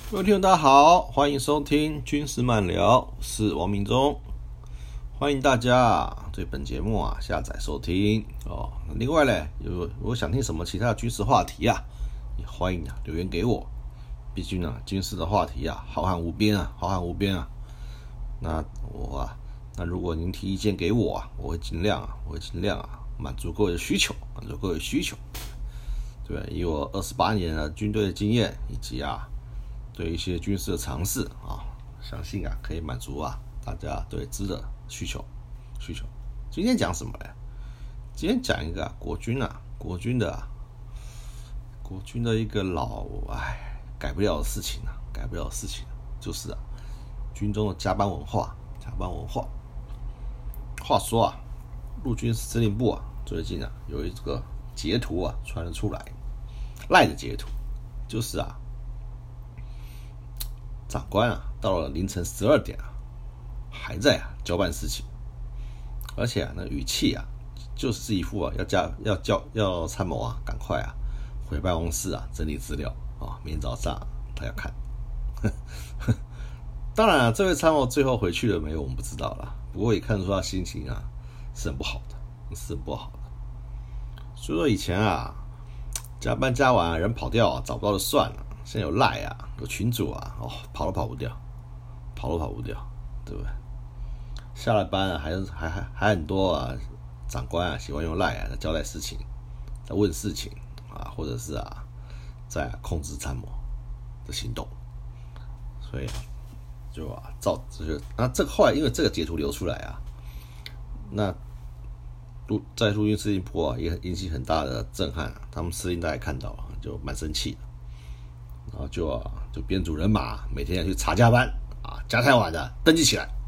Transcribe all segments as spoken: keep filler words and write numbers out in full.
各位听众大家好，欢迎收听军事漫聊，我是王明忠，欢迎大家啊对本节目啊下载收听哦。另外呢，有如果想听什么其他的军事话题啊，也欢迎啊留言给我。毕竟啊，军事的话题啊浩瀚无边啊，浩瀚无边啊。那我啊，那如果您提意见给我啊，我会尽量啊，我会尽量啊满足各位的需求，满足各位的需求。对，以我二十八年的军队的经验以及啊。对一些军事的尝试啊，相信啊可以满足啊大家对资的需求需求。今天讲什么呢？今天讲一个、啊、国军啊，国军的、啊、国军的一个老哎改不了的事情啊，改不了的事情就是啊军中的加班文化，加班文化。话说啊，陆军司令部啊最近啊有一个截图啊传了出来，赖的截图，就是啊。长官啊，到了凌晨十二点啊，还在啊交办事情，而且啊，那语气啊，就是一副啊要加要叫要参谋啊，赶快啊回办公室啊整理资料啊，明天早上、啊、他要看。当然啊，这位参谋最后回去了没有，我们不知道啦。不过也看出他心情啊是很不好的，是很不好的。所以说以前啊，加班加完、啊、人跑掉啊，找不到就算了。现在有赖啊，有群主啊，哦，跑都跑不掉，跑都跑不掉，对不对？下了班啊，还还还还很多啊，长官啊喜欢用赖啊来交代事情，在问事情啊，或者是啊，在控制参谋的行动，所以啊，就啊，照这就那这个后来因为这个截图流出来啊，那陆在陆军司令部啊也引起很大的震撼啊，他们司令大家看到了就蛮生气的。然后就啊，就编组人马每天要去查加班啊，加太晚的登记起来，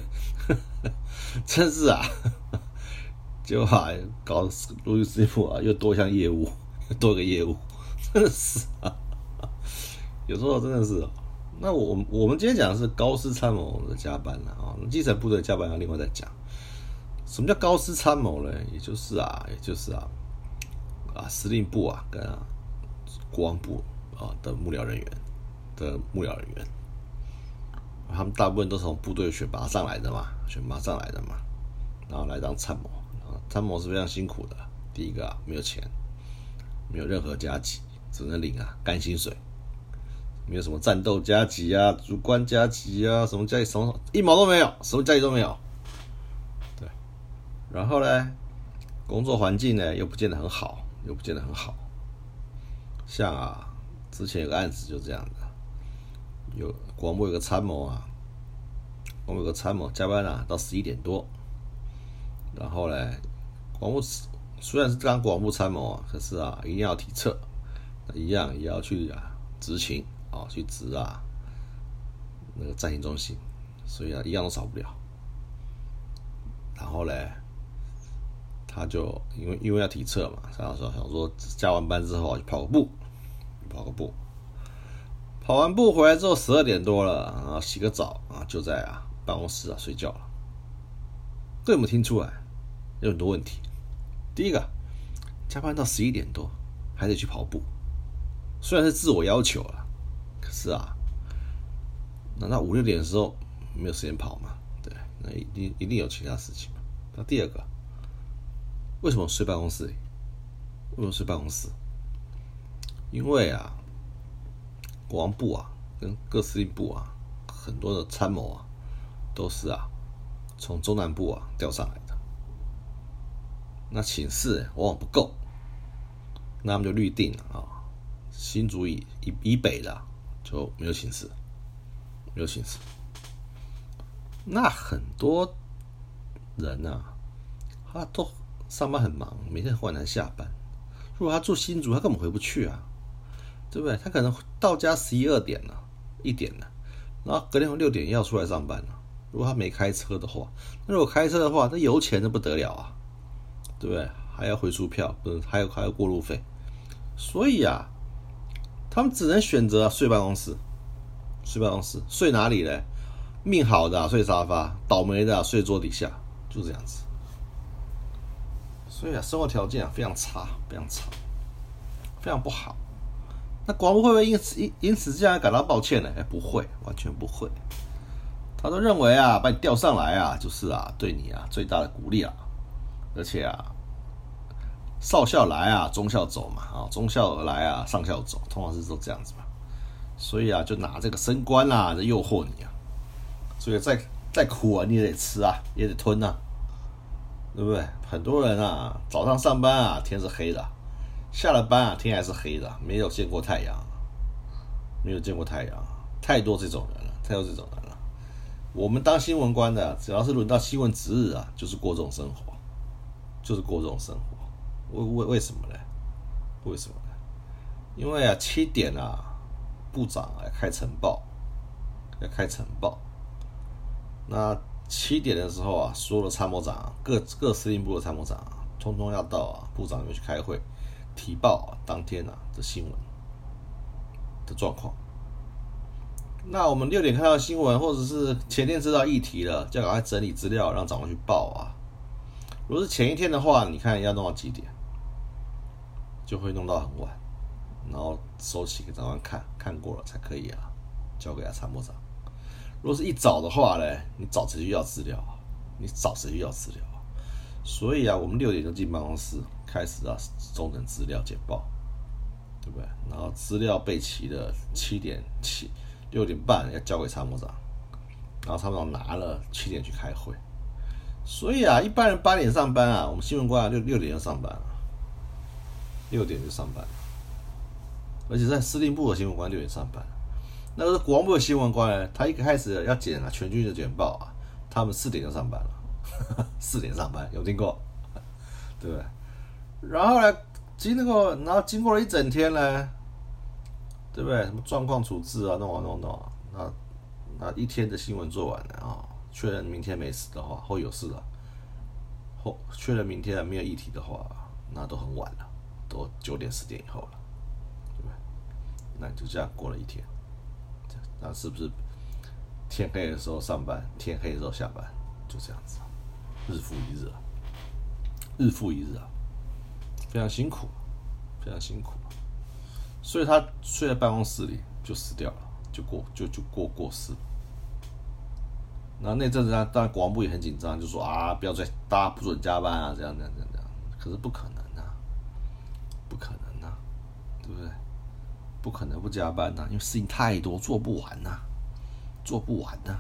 真是啊，就啊搞陆军司令部啊又多一项业务，又多一个业务，真的是啊，有时候真的是、啊。那我我们今天讲的是高师参谋的加班啊，基层部队加班要另外再讲。什么叫高师参谋呢？也就是啊，也就是啊，啊司令部啊跟啊国防部。啊的幕僚人员的幕僚人员，他们大部分都是从部队选拔上来的嘛，选拔上来的嘛，然后来当参谋。参谋是非常辛苦的。第一个啊，没有钱，没有任何加级，只能领啊干薪水，没有什么战斗加级啊、主官加级啊，什么加什么一毛都没有，什么加级都没有。对，然后呢，工作环境呢又不见得很好，又不见得很好，像啊。之前有个案子就这样的，有国防部有个参谋啊，国防部有个参谋加班啊到十一点多，然后呢，国防部虽然是当国防部参谋啊，可是啊一定要体测，一样也要去啊执勤啊去执啊那个战行中心，所以啊一样都少不了。然后呢，他就因为因为要体测嘛，然后说想说加完班之后啊去跑个步。跑个步，跑完步回来之后十二点多了，然后洗个澡啊，就在啊办公室啊睡觉了。各位有没有听出来？有很多问题。第一个，加班到十一点多还得去跑步，虽然是自我要求了，可是啊，难道五六点的时候没有时间跑吗？对，那一定一定有其他事情嘛。那第二个，为什么睡办公室里？为什么睡办公室？因为啊，国防部啊跟各司令部啊，很多的参谋啊，都是啊从中南部啊调上来的。那寝室往往不够，那他们就预定啊，新竹以以以北的、啊、就没有寝室，没有寝室。那很多人啊，他都上班很忙，每天很晚才下班。如果他住新竹，他根本回不去啊。对不对？他可能到家十一二点了，一点了，然后隔天六点要出来上班了。如果他没开车的话，那如果开车的话，那油钱就不得了啊，对不对？还要回数票，不是还有还有过路费，所以啊，他们只能选择、啊、睡办公室，睡办公室，睡哪里呢？命好的、啊、睡沙发，倒霉的、啊、睡桌底下，就这样子。所以啊，生活条件啊非常差，非常差，非常不好。 那国防部会不会因此因因此这样感到抱歉呢？哎，不会，完全不会。他都认为啊，把你调上来啊，就是啊，对你啊最大的鼓励啊。而且啊，少校来啊，中校走嘛，啊，中校来啊，上校走，通常是都这样子嘛。所以啊，就拿这个升官啊，来诱惑你啊。所以再再苦啊，你也得吃啊，也得吞啊，对不对？很多人啊，早上上班啊，天是黑的；下了班啊，天还是黑的，没有见过太阳，没有见过太阳，太多这种人了，太多这种人了。我们当新闻官的，只要是轮到新闻值日啊，就是过这种生活，就是过这种生活。为为为什么呢？为什么呢？因为啊，七点啊，部长啊开晨报，要开晨报。那七点的时候啊，所有的参谋长、各各司令部的参谋长、啊，通通要到啊部长那边去开会，提报啊当天啊的新闻的状况。那我们六点看到新闻，或者是前天知道议题了，就赶快整理资料，让长官去报啊。如果是前一天的话，你看要弄到几点，就会弄到很晚，然后收起给长官看，看过了才可以啊，交给他参谋长。如果是一早的话呢，你早谁去要资料？你早谁去要资料？所以啊，我们六点就进办公室，开始啊中等资料简报，对不对？然后资料备齐了，七点七六点半要交给参谋长，然后参谋长拿了，七点去开会。所以啊，一般人八点上班啊，我们新闻官六六点就上班了，六点就上班了，而且在司令部的新闻官六点上班。那个国防部的新闻官呢，他一开始要剪啊全军的简报啊，他们四点就上班了，四点上班有听过，对不对？然后呢，经过然后经过了一整天呢，对不对？什么状况处置啊，弄啊弄弄啊，那那一天的新闻做完了啊，确认明天没事的话，或有事了，或确认明天没有议题的话，那都很晚了，都九点十点以后了，对不对？那你就这样过了一天。那是不是天黑的时候上班，天黑的时候下班，就这样子，日复一日啊，日复一日啊，非常辛苦，非常辛苦。所以他睡在办公室里就死掉了，就过就就过过世了。然后那阵子他当然国防部也很紧张，就说啊，不要再大家不准加班啊，这样这样这样这样。可是不可能啊，不可能啊，对不对？不可能不加班呐、啊，因为事情太多，做不完呐、啊，做不完呐、啊。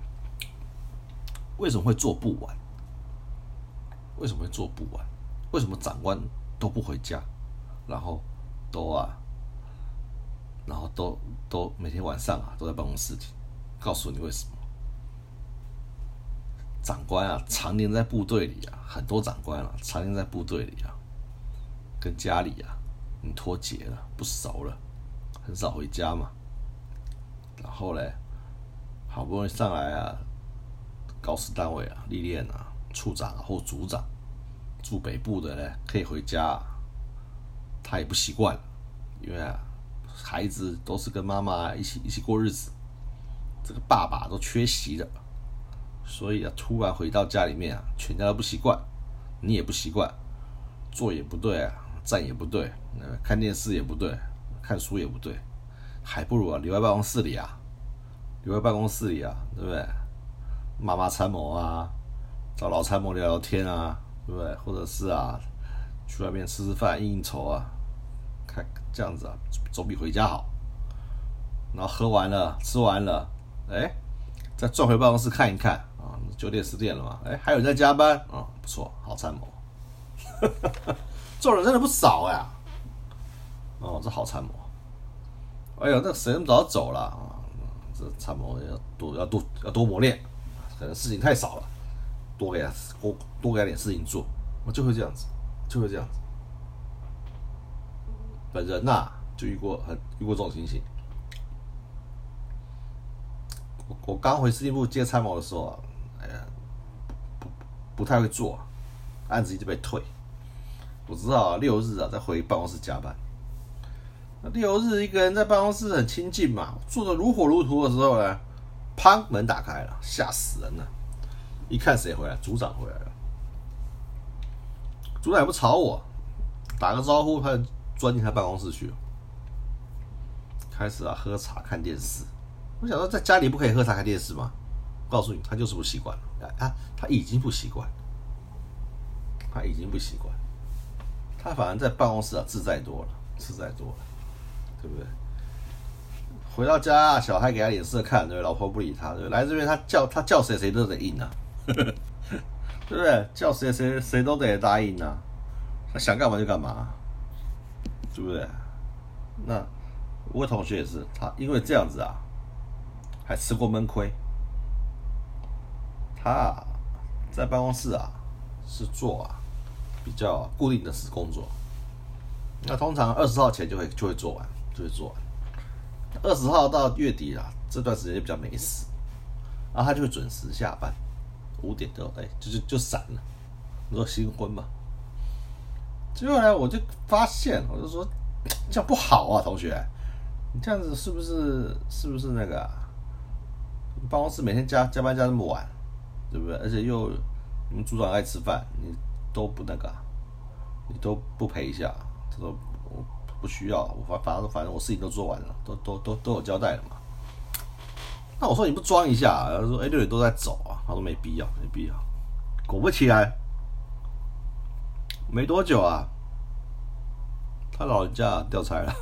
为什么会做不完？为什么会做不完？为什么长官都不回家，然后都啊，然后都都每天晚上啊都在办公室里？告诉你为什么？长官啊，常年在部队里啊，很多长官啊，常年在部队里啊，跟家里啊，你脱节了，不熟了。很少回家嘛，然后嘞，好不容易上来啊，高师单位啊，历练啊，处长啊或组长，住北部的嘞可以回家、啊，他也不习惯，因为啊，孩子都是跟妈妈一起一起过日子，这个爸爸都缺席了，所以啊，突然回到家里面啊，全家都不习惯，你也不习惯，坐也不对啊，站也不对，看电视也不对。看书也不对，还不如啊留在办公室里啊，留在办公室里啊，对不对？骂骂参谋啊，找老参谋聊聊天啊，对不对？或者是啊，去外面吃吃饭应应酬啊，看这样子啊，总比回家好。然后喝完了，吃完了，哎，再转回办公室看一看啊，九点十点了嘛，哎，还有人在加班啊、嗯，不错，好参谋。这种人真的不少呀。哦，这好参谋。哎呦，那谁那么早走了啊？这参谋要多要多要多磨练，可能事情太少了，多给他多多给他点事情做，我就会这样子，就会这样子。本人呐、啊，就遇过很遇过这种情形。我我刚回司令部接参谋的时候啊，哎呀，不不不太会做，案子一直被退。我知道啊，六日啊再回办公室加班。六日一个人在办公室很清静嘛，做得如火如荼的时候呢，砰，门打开了，吓死人了！一看谁回来，组长回来了。组长也不吵我，打个招呼，他就钻进他办公室去了。 开始啊喝茶看电视。我想说，在家里不可以喝茶看电视吗？我告诉你，他就是不习惯了啊，他已经不习惯，他已经不习惯，他反而在办公室啊自在多了，自在多了，对不对？回到家啊，小孩给他脸色看，对，老婆不理他，对，来这边他叫他叫谁谁都得应啊，对不对？叫谁谁谁都得答应啊，他想干嘛就干嘛，对不对？那我同学也是，他因为这样子啊，还吃过闷亏。他啊，在办公室啊是做啊比较固定的事工作，那通常二十号前就会就会做完，就会做完。二十号到月底啊，这段时间就比较没事，然后他就会准时下班，五点就哎就就就散了。你说新婚嘛？结果呢，我就发现，我就说这样不好啊，同学，你这样子是不是是不是那个、啊、办公室每天加加班加那么晚，对不对？而且又你们组长爱吃饭，你都不那个、啊，你都不陪一下，他说我不需要，我反反正反正我事情都做完了，都都都都有交代了嘛。那我说你不装一下，他说哎六点都在走啊，他说没必要，没必要。果不其然，没多久啊，他老人家调差了。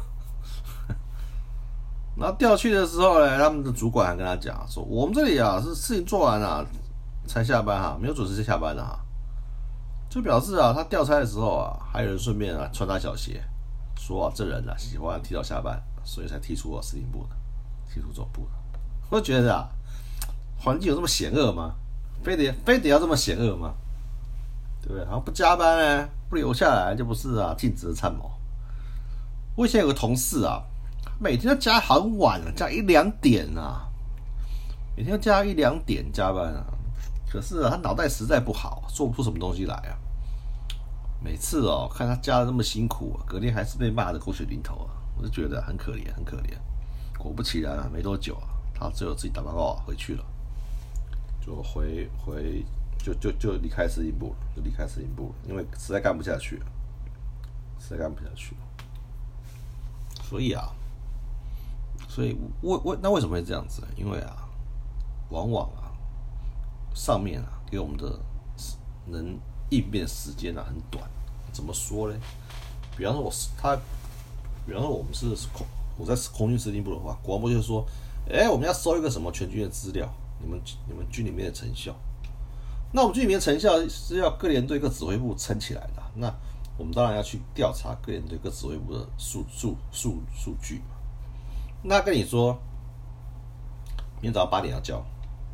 然后调去的时候呢，他们的主管还跟他讲说，我们这里啊是事情做完了才下班哈，没有准时下班的哈。就表示啊，他调差的时候啊，还有人顺便啊穿他小鞋，说啊这人啊喜欢提早下班，所以才踢出我司令部的，踢出总部的。我就觉得啊，环境有这么险恶吗？非得非得要这么险恶吗？对不对？然后不加班呢，不留下来就不是啊，尽职的参谋。我以前有个同事啊，每天要加很晚啊，加一两点啊，每天要加一两点加班啊。可是啊，他脑袋实在不好，做不出什么东西来啊。每次哦，看他加的那么辛苦、啊，隔天还是被骂的狗血淋头啊，我就觉得很可怜，很可怜。果不其然啊，没多久啊，他只有自己打报告、啊、回去了，就回回就就就离开司令部了，就离开司令部了，因为实在干不下去了，实在干不下去了。所以啊，所以为为那为什么会这样子？因为啊，往往啊，上面啊给我们的能应变时间啊很短。怎么说呢？比方说我他，比方说我们是空我在空军司令部的话，国防部就是说，哎、欸，我们要收一个什么全军的资料，你们你们军里面的成效。那我们军里面的成效是要各连队各指挥部撑起来的，那我们当然要去调查各连队各指挥部的数数数数据嘛。那跟你说，明天早上八点要交，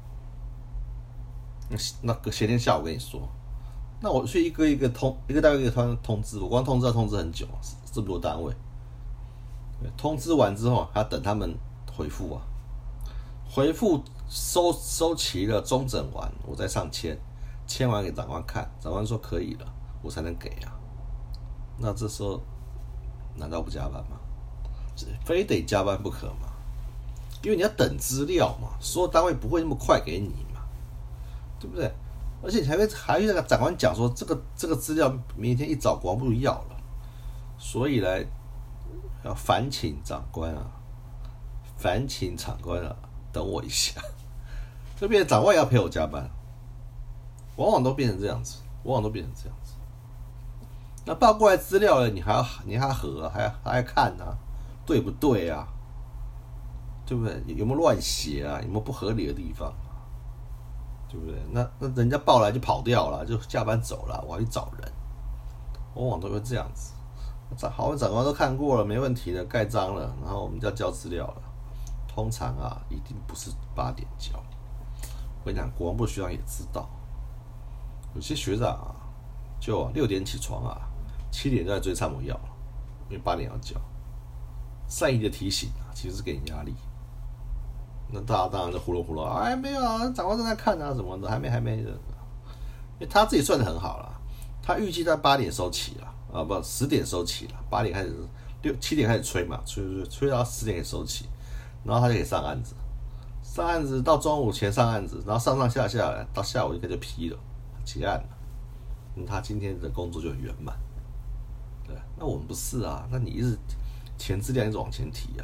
那个前天下午跟你说。那我去一个一个通，一个单位一个通通知，我光通知要通知很久，这么多单位，通知完之后还要等他们回复啊，回复收收齐了，中整完我再上签，签完给长官看，长官说可以了，我才能给啊。那这时候难道不加班吗？非得加班不可吗？因为你要等资料嘛，所有单位不会那么快给你嘛，对不对？而且你还会还会那个长官讲说，这个这个资料明天一早国防部要了，所以呢要烦请长官啊，烦请长官啊，等我一下，就变成长官也要陪我加班，往往都变成这样子，往往都变成这样子。那报过来资料呢，你还要你还要核、啊，还要还要看啊，对不对啊？对不对？有没有乱写啊？有没有不合理的地方？对不对？那那人家报来就跑掉了，就下班走了，我还去找人，往往都会这样子。好，长官都看过了，没问题的，盖章了，然后我们就要交资料了。通常啊，一定不是八点交。我跟你讲，国防部学长也知道，有些学长啊，就六点起床啊，七点就在追参谋要了，因为八点要交。善意的提醒啊，其实是给你压力。那大家当然就糊弄糊弄，哎，没有啊，长官正在看啊，什么的，还没还没的，因为他自己算得很好啦，他预计在八点收起了，啊不，十点收起了，八点开始，六七点开始催嘛，催催催到十点给收起，然后他就可以上案子，上案子到中午前上案子，然后上上下下来，到下午应该就批了，结案了，那他今天的工作就很圆满，对，那我们不是啊，那你一直前资料一直往前提啊，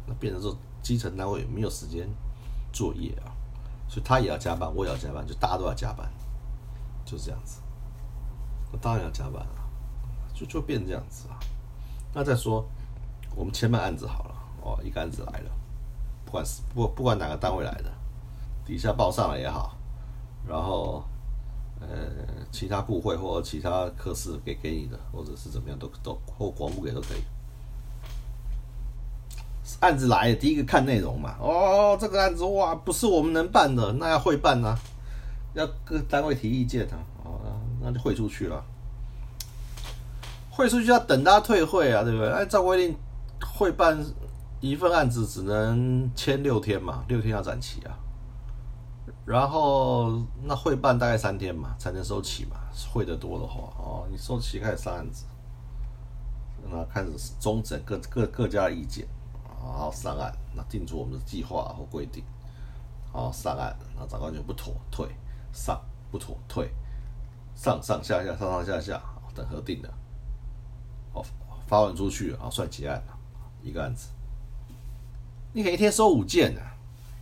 那变成说基层单位没有时间作业啊，所以他也要加班，我也要加班，就大家都要加班，就是这样子。那当然要加班了，就就变成这样子啊。那再说我们签办案子好了，哦，一个案子来了，不管是不不管哪个单位来的，底下报上来也好，然后呃其他部会或者其他科室给给你的，或者是怎么样都都或广部给都可以。案子来，第一个看内容嘛。哦，这个案子哇，不是我们能办的，那要会办啊，要各单位提意见啊，哦，那就汇出去了。汇出去要等他退会啊，对不对？按照规定，会办一份案子只能签六天嘛，六天要展期啊。然后那会办大概三天嘛，才能收起嘛。会的多的话，哦，你收起开始上案子，那开始中整各各各家的意见。然后上案，那定出我们的计划或规定，然后上案，然后长官就不妥退，上不妥退，上上下下上上下下，等核定的，好发文出去，然后算结案了，一个案子，你可能一天收五件呢、啊，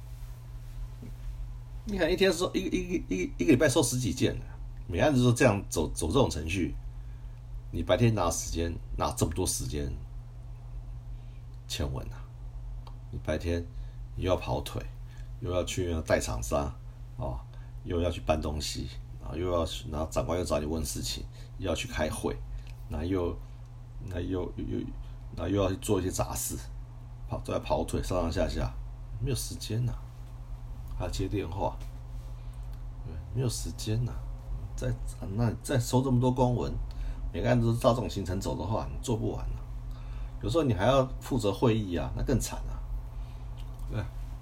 你可能一天收一个一个一个一个礼拜收十几件呢、啊，每案子都这样走走这种程序，你白天哪有时间哪有这么多时间签文啊？你白天又要跑腿，又要去带厂商，哦，又要去搬东西，然后又要，然后长官又找你问事情，又要去开会，然后又，那又又，然后又要去做一些杂事，跑都在跑腿，上上下下，没有时间呐、啊，还要接电话，没有时间呐、啊，再那你再收这么多公文，每个案子都照这种行程走的话，你做不完啊。有时候你还要负责会议啊，那更惨啊。对，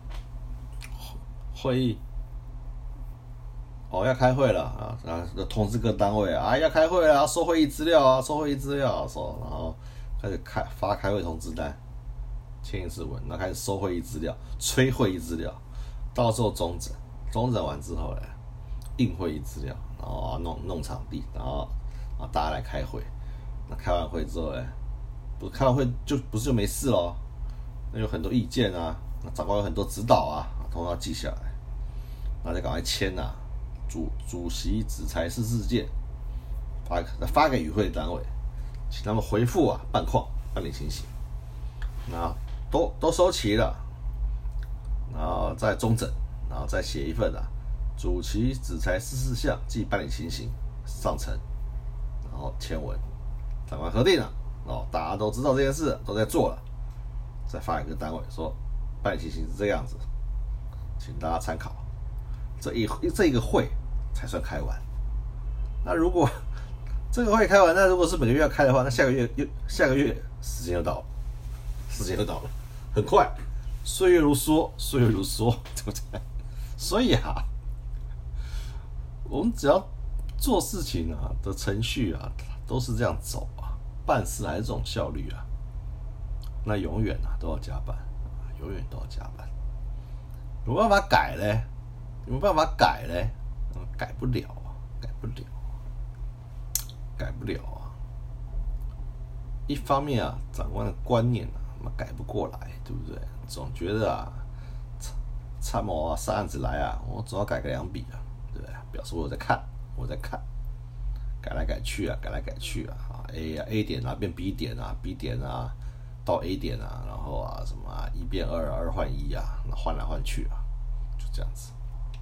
会议，哦，要开会了啊，然后通知各单位啊，要开会了，收会议资料啊，收会议资料、啊，收，然后开始开发开会通知单，签一次文，然后开始收会议资料，催会议资料，到时候中整，中整完之后呢，印会议资料，然后弄弄场地，然后啊大家来开会，那开完会之后呢，不开完会就不是就没事咯，那有很多意见啊。长官有很多指导啊，通通要记下来，那就赶快签啊。主主席指裁示事件，发发给与会单位，请他们回复啊，办况办理情形。那都都收齐了，然后再中整，然后再写一份啊，主席指裁示事项即办理情形上呈，然后签文，长官核定了，哦，大家都知道这件事，都在做了，再发给各单位说。办理情形是这样子，请大家参考。这一这一个会才算开完。那如果这个会开完，那如果是每个月要开的话，那下个月又下个月时间又到了，时间又到了，很快，岁月如梭，岁月如梭，对不对？所以啊，我们只要做事情啊的程序啊，都是这样走啊，办事还是这种效率啊，那永远啊都要加班。永远都要加班，有办法改嘞？有没有办法改嘞？改不了啊，改不了，改不了啊！一方面啊，长官的观念啊，改不过来，对不对？总觉得啊，参谋啊，上案子来啊，我总要改个两笔啊，对不对？表示我有在看，我在看，改来改去啊，改来改去啊，啊 A 啊 A 点啊变 B 点啊 ，B 点啊。到 A 点啊，然后啊什么啊一变二，二换一啊，那换来换去啊，就这样子。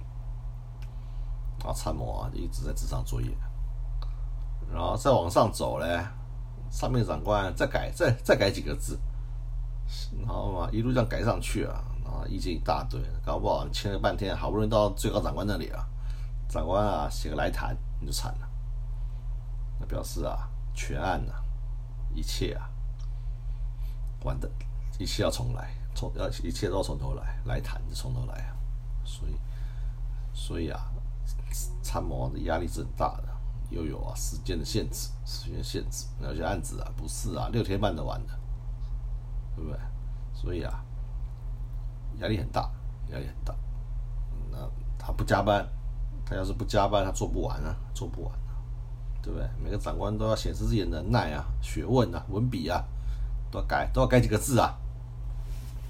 然后参谋啊就一直在纸上作业，然后再往上走嘞，上面长官再改再再改几个字，然后嘛一路这样改上去啊，然后意见一大堆，搞不好签了半天，好不容易到最高长官那里啊，长官啊写个来谈，你就惨了，那表示啊全案啊一切啊。完的，一切要重来，从要一切都要从头来，来谈就从头来啊，所以，所以啊，参谋的压力是很大的，又有啊时间的限制，时间限制，有些案子啊不是啊六天办得完的，对不对？所以啊，压力很大，压力很大。那他不加班，他要是不加班，他做不完啊，做不完啊，对不对？每个长官都要显示自己的能耐啊、学问啊、文笔啊。都要改，都要改几个字啊！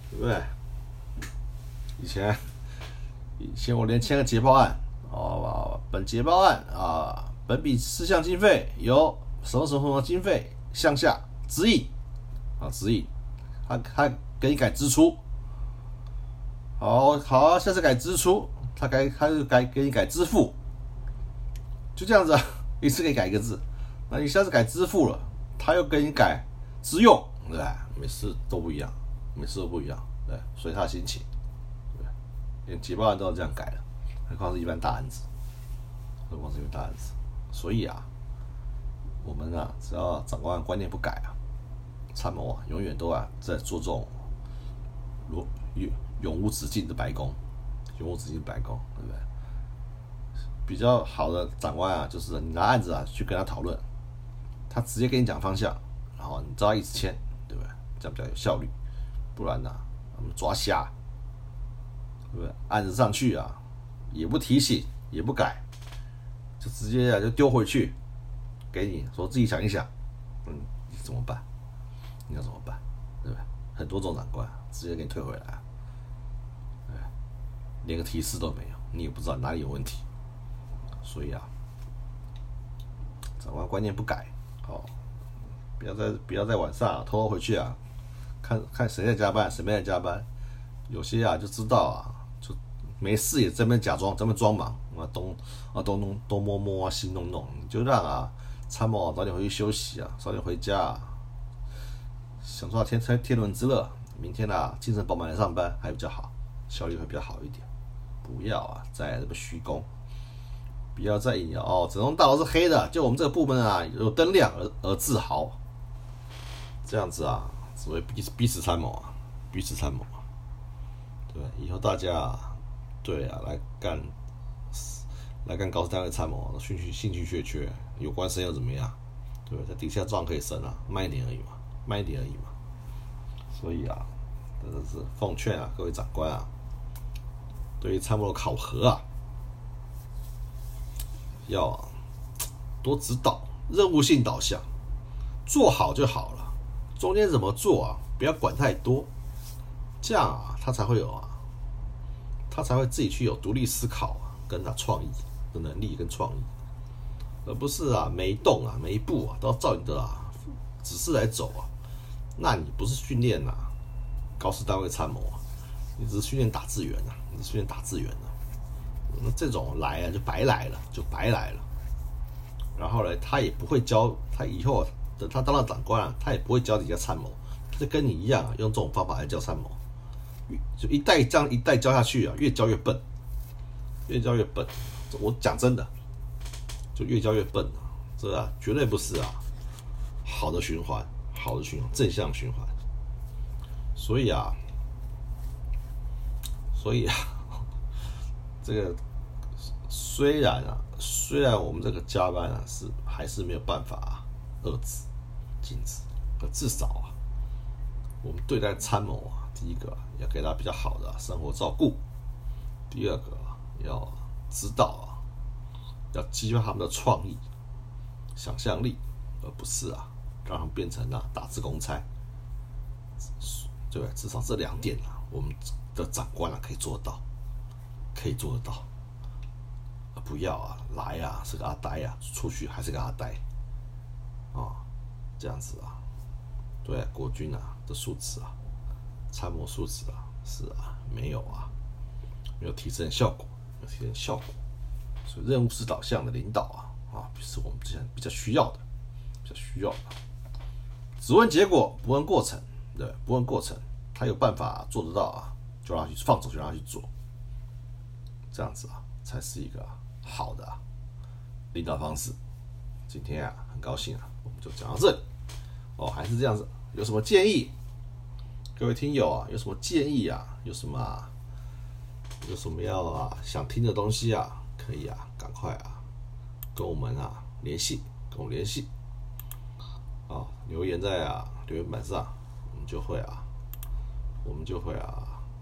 对不对？以前以前我连签个捷报案，哦，本捷报案啊，本笔事项经费由什么什么什么经费项下指引啊指引，他他给你改支出，好好，下次改支出，他改他就改给你改支付，就这样子啊，一次给你改一个字，那你下次改支付了，他又给你改支用，对吧？每次都不一样，每次都不一样，对，随他心情，对，连捷报案都要这样改了，何况是一般大案子，何况是一般大案子，所以啊，我们啊，只要长官观念不改啊，参谋啊，永远都啊在做这种永永无止境的白工，永无止境的白工，对不对？比较好的长官啊，就是你拿案子啊去跟他讨论，他直接跟你讲方向，然后你照他意思签，对不对？这样比较有效率。不然呢、啊，我们抓瞎，对不对？案子上去啊，也不提醒，也不改，就直接啊就丢回去，给你说自己想一想，嗯，你怎么办？你要怎么办？对不对？很多种长官直接给你退回来，对，连个提示都没有，你也不知道哪里有问题。所以啊，长官观念不改，哦，不要在不要在晚上、啊、偷偷回去啊，看看谁在加班，谁没在加班。有些啊就知道啊，就没事也在那边假装，在那边装忙，啊东啊东弄东摸摸啊西弄弄，你就让啊参谋早点回去休息啊，早点回家、啊，享受天天伦之乐。明天啊精神饱满来上班还比较好，效率会比较好一点。不要啊再这么虚攻。不要再引谣哦，整栋大楼是黑的，就我们这个部门啊有灯亮而而自豪，这样子啊，只会逼逼死参谋啊，逼死参谋啊。对，以后大家啊，对啊，来干来干高级单位参谋，兴趣兴趣缺缺，有关升又怎么样？对，在底下照样可以升啊，慢一点而已嘛，慢一点而已嘛。所以啊，真的是奉劝啊，各位长官啊，对于参谋的考核啊。要、啊、多指导，任务性导向，做好就好了。中间怎么做啊？不要管太多，这样啊，他才会有啊，他才会自己去有独立思考啊，跟他创意的能力跟创意，而不是啊每一动啊每一步啊都要照你的啊指示来走啊。那你不是训练啊高师单位参谋啊，你只是训练打字员啊，你是训练打字员啊。那这种来啊，就白来了，就白来了。然后呢，他也不会教，他以后等他当了长官啊，他也不会教底下参谋，他就跟你一样啊，用这种方法来教参谋，就一代这样一代教下去啊，越教越笨，越教越笨。我讲真的，就越教越笨啊，这啊绝对不是啊好的循环，好的循环，正向循环。所以啊，所以啊。这个虽然啊，虽然我们这个加班啊是还是没有办法啊遏制、禁止，可至少啊，我们对待参谋啊，第一个、啊、要给他比较好的、啊、生活照顾，第二个、啊、要指导啊，要激发他们的创意、想象力，而不是啊让他们变成啊打字公差。对，至少这两点啊，我们的长官啊可以做到。可以做得到，不要啊，来啊是个阿呆啊，出去还是个阿呆，啊、哦，这样子啊，对啊，国军啊的素质啊，参谋素质啊，是啊，没有啊，没有提升效果，没有提升效果，所以任务式导向的领导啊，啊，是我们之前比较需要的，比较需要的，只问结果不问过程，对，不问过程，他有办法做得到啊，就让他去放手，就让他去做。这样子啊，才是一个、啊、好的、啊、领导方式。今天啊，很高兴啊，我们就讲到这里。哦，还是这样子。有什么建议？各位听友啊，有什么建议啊？有什么、啊、有什么要啊想听的东西啊？可以啊，赶快啊，跟我们啊联系，跟我们联系。啊，留言在啊留言板上，我们就会啊，我们就会啊。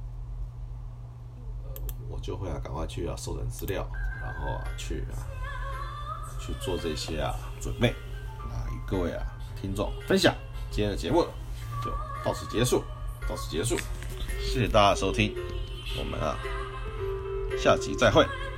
我就会啊，赶快去啊收整资料，然后啊去啊去做这些啊准备啊，与各位啊听众分享今天的节目就到此结束，到此结束。 谢谢大家的收听，我们啊下集再会。